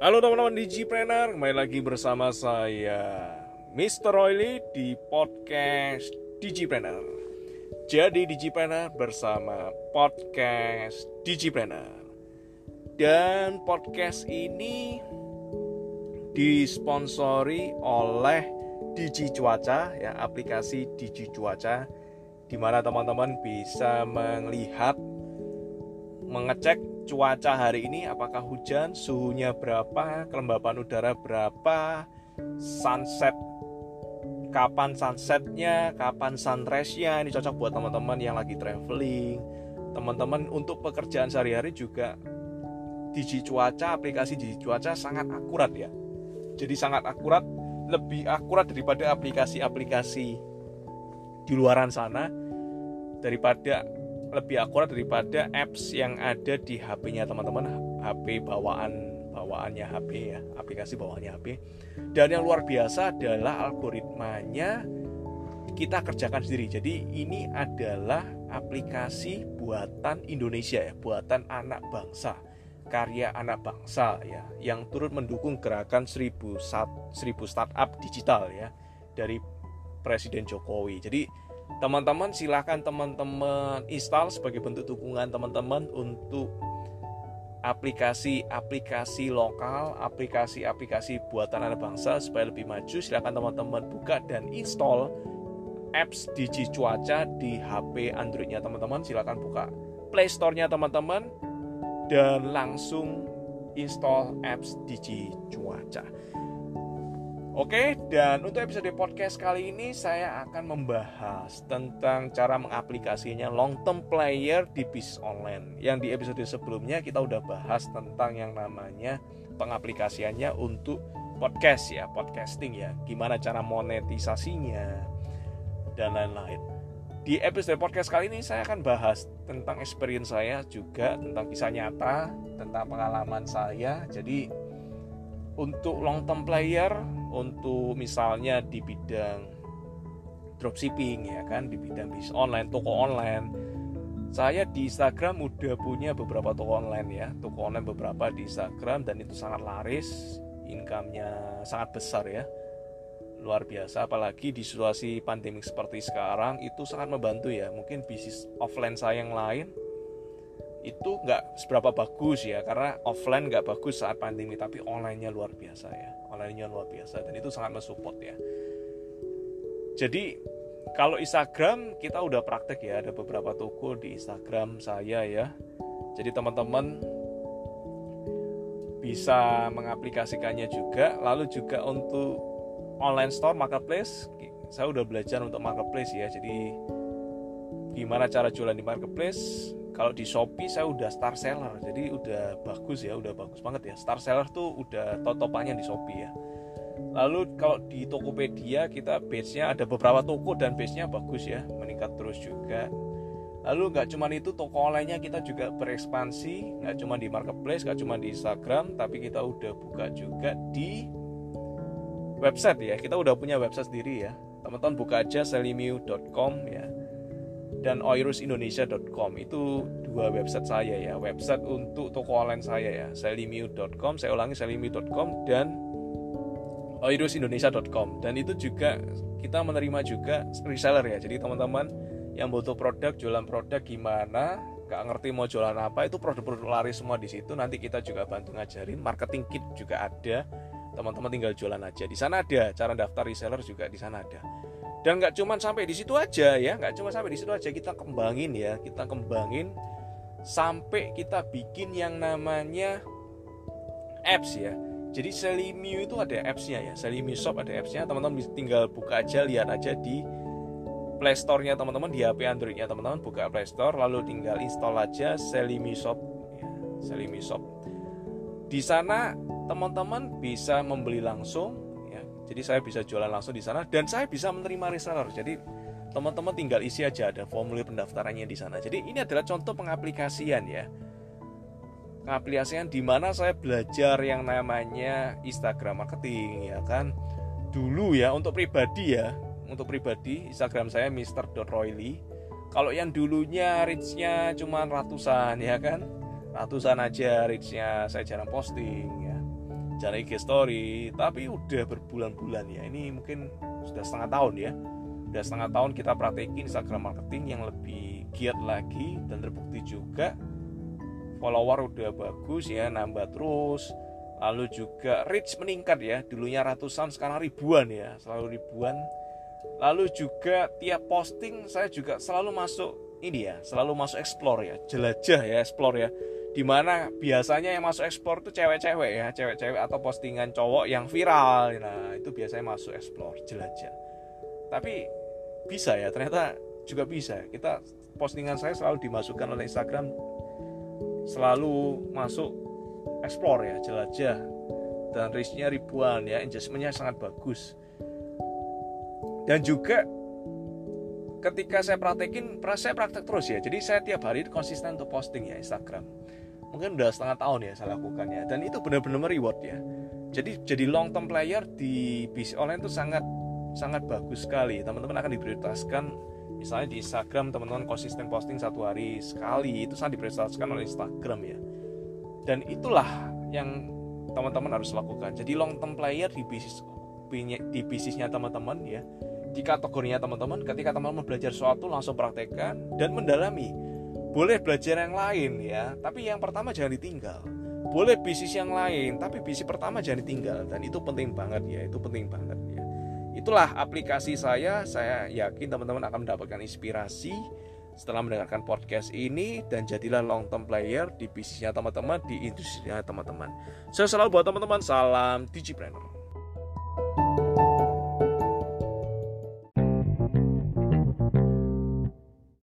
Halo teman-teman Digipreneur, kembali lagi bersama saya Mr. Royli di podcast Digipreneur. Jadi Digipreneur bersama podcast Digipreneur. Dan podcast ini disponsori oleh Digi Cuaca ya, aplikasi Digi Cuaca, di mana teman-teman bisa mengecek cuaca hari ini, apakah hujan, suhunya berapa, kelembapan udara berapa, sunset, kapan sunsetnya, kapan sunrise-nya. Ini cocok buat teman-teman yang lagi traveling. Teman-teman untuk pekerjaan sehari-hari juga Digi Cuaca, aplikasi Digi Cuaca sangat akurat ya. Jadi sangat akurat, lebih akurat daripada aplikasi-aplikasi di luaran sana, lebih akurat daripada apps yang ada di HP-nya teman-teman, HP bawaannya HP ya, aplikasi bawaannya HP. Dan yang luar biasa adalah algoritmanya kita kerjakan sendiri. Jadi ini adalah aplikasi buatan Indonesia ya, buatan anak bangsa, karya anak bangsa ya, yang turut mendukung gerakan 1000 startup digital ya dari Presiden Jokowi. Jadi teman-teman silakan teman-teman install sebagai bentuk dukungan teman-teman untuk aplikasi-aplikasi lokal, aplikasi-aplikasi buatan anak bangsa supaya lebih maju. Silakan teman-teman buka dan install apps Digi Cuaca di HP Android-nya teman-teman. Silakan buka Play Store-nya teman-teman dan langsung install apps Digi Cuaca. Oke, dan untuk episode podcast kali ini saya akan membahas tentang cara mengaplikasinya long term player di bisnis online. Yang di episode sebelumnya kita udah bahas tentang yang namanya pengaplikasiannya untuk podcast ya, podcasting ya, gimana cara monetisasinya dan lain-lain. Di episode podcast kali ini saya akan bahas tentang experience saya juga, tentang kisah nyata, tentang pengalaman saya. Jadi untuk long term player, untuk misalnya di bidang dropshipping ya kan, di bidang bisnis online, toko online. Saya di Instagram udah punya beberapa toko online ya, toko online beberapa di Instagram, dan itu sangat laris, income-nya sangat besar ya, luar biasa. Apalagi di situasi pandemik seperti sekarang itu sangat membantu ya. Mungkin bisnis offline saya yang lain itu nggak seberapa bagus ya, karena offline nggak bagus saat pandemi, tapi online-nya luar biasa ya, online-nya luar biasa, dan itu sangat mensupport ya. Jadi kalau Instagram kita udah praktek ya, ada beberapa toko di Instagram saya ya. Jadi teman-teman bisa mengaplikasikannya juga. Lalu juga untuk online store, marketplace, saya udah belajar untuk marketplace ya. Jadi gimana cara jualan di marketplace. Kalau di Shopee saya udah star seller, jadi udah bagus ya, udah bagus banget ya. Star seller tuh udah topannya di Shopee ya. Lalu kalau di Tokopedia kita base-nya ada beberapa toko dan base-nya bagus ya, meningkat terus juga. Lalu nggak cuma itu, toko online-nya kita juga berekspansi, nggak cuma di marketplace, nggak cuma di Instagram, tapi kita udah buka juga di website ya. Kita udah punya website sendiri ya. Teman-teman buka aja selimiu.com ya, dan oirusindonesia.com. Itu dua website saya ya, website untuk toko online saya ya, selimiu.com, saya ulangi, selimiu.com dan oirusindonesia.com. Dan itu juga kita menerima juga reseller ya. Jadi teman-teman yang butuh produk, jualan produk gimana, gak ngerti mau jualan apa, itu produk-produk laris semua di situ. Nanti kita juga bantu ngajarin, marketing kit juga ada. Teman-teman tinggal jualan aja. Di sana ada cara daftar reseller juga, di sana ada. Dan nggak cuma sampai di situ aja ya, nggak cuma sampai di situ aja, kita kembangin ya, kita kembangin sampai kita bikin yang namanya apps ya. Jadi Selimiu itu ada apps-nya ya, Selimiu Shop ada apps-nya, teman-teman tinggal buka aja, lihat aja di Play Store-nya teman-teman, di HP Android-nya teman-teman, buka Play Store, lalu tinggal install aja Selimiu Shop ya, Selimiu Shop. Di sana teman-teman bisa membeli langsung. Jadi saya bisa jualan langsung di sana dan saya bisa menerima reseller. Jadi teman-teman tinggal isi aja, ada formulir pendaftarannya di sana. Jadi ini adalah contoh pengaplikasian ya. Pengaplikasian di mana saya belajar yang namanya Instagram marketing ya kan. Dulu ya untuk pribadi Instagram saya Mr.Royli. Kalau yang dulunya reach-nya cuma ratusan ya kan. Ratusan aja reach-nya, saya jarang posting ya. channel IG story, tapi udah berbulan-bulan ya. Ini mungkin sudah setengah tahun ya. Udah setengah tahun kita praktekin Instagram marketing yang lebih giat lagi, dan terbukti juga follower udah bagus ya, nambah terus. Lalu juga reach meningkat ya, dulunya ratusan sekarang ribuan ya, selalu ribuan. Lalu juga tiap posting saya juga selalu masuk ini ya, selalu masuk explore ya, jelajah ya, explore ya. Dimana biasanya yang masuk explore itu cewek-cewek ya, cewek-cewek atau postingan cowok yang viral. Nah itu biasanya masuk explore, jelajah. Tapi bisa ya, ternyata juga bisa. Kita postingan saya selalu dimasukkan oleh Instagram, selalu masuk explore ya, jelajah, dan reach-nya ribuan ya, engagement-nya sangat bagus. Dan juga ketika saya praktek terus ya, jadi saya tiap hari konsisten untuk posting ya Instagram. Mungkin udah setengah tahun ya saya lakukannya, dan itu benar-benar reward ya. Jadi long term player di bisnis online itu sangat bagus sekali. Teman-teman akan diprioritaskan. Misalnya di Instagram teman-teman konsisten posting 1 hari sekali, itu sangat diprioritaskan oleh Instagram ya. Dan itulah yang teman-teman harus lakukan. Jadi long term player di bisnisnya teman-teman ya, di kategorinya teman-teman. Ketika teman-teman belajar sesuatu, langsung praktekkan dan mendalami. Boleh belajar yang lain ya, tapi yang pertama jangan ditinggal. Boleh bisnis yang lain, tapi bisnis pertama jangan ditinggal. Dan itu penting banget ya, itu penting banget ya. Itulah aplikasi saya yakin teman-teman akan mendapatkan inspirasi setelah mendengarkan podcast ini, dan jadilah long term player di bisnisnya teman-teman, di industrinya teman-teman. Saya selalu buat teman-teman, salam Digipreneur.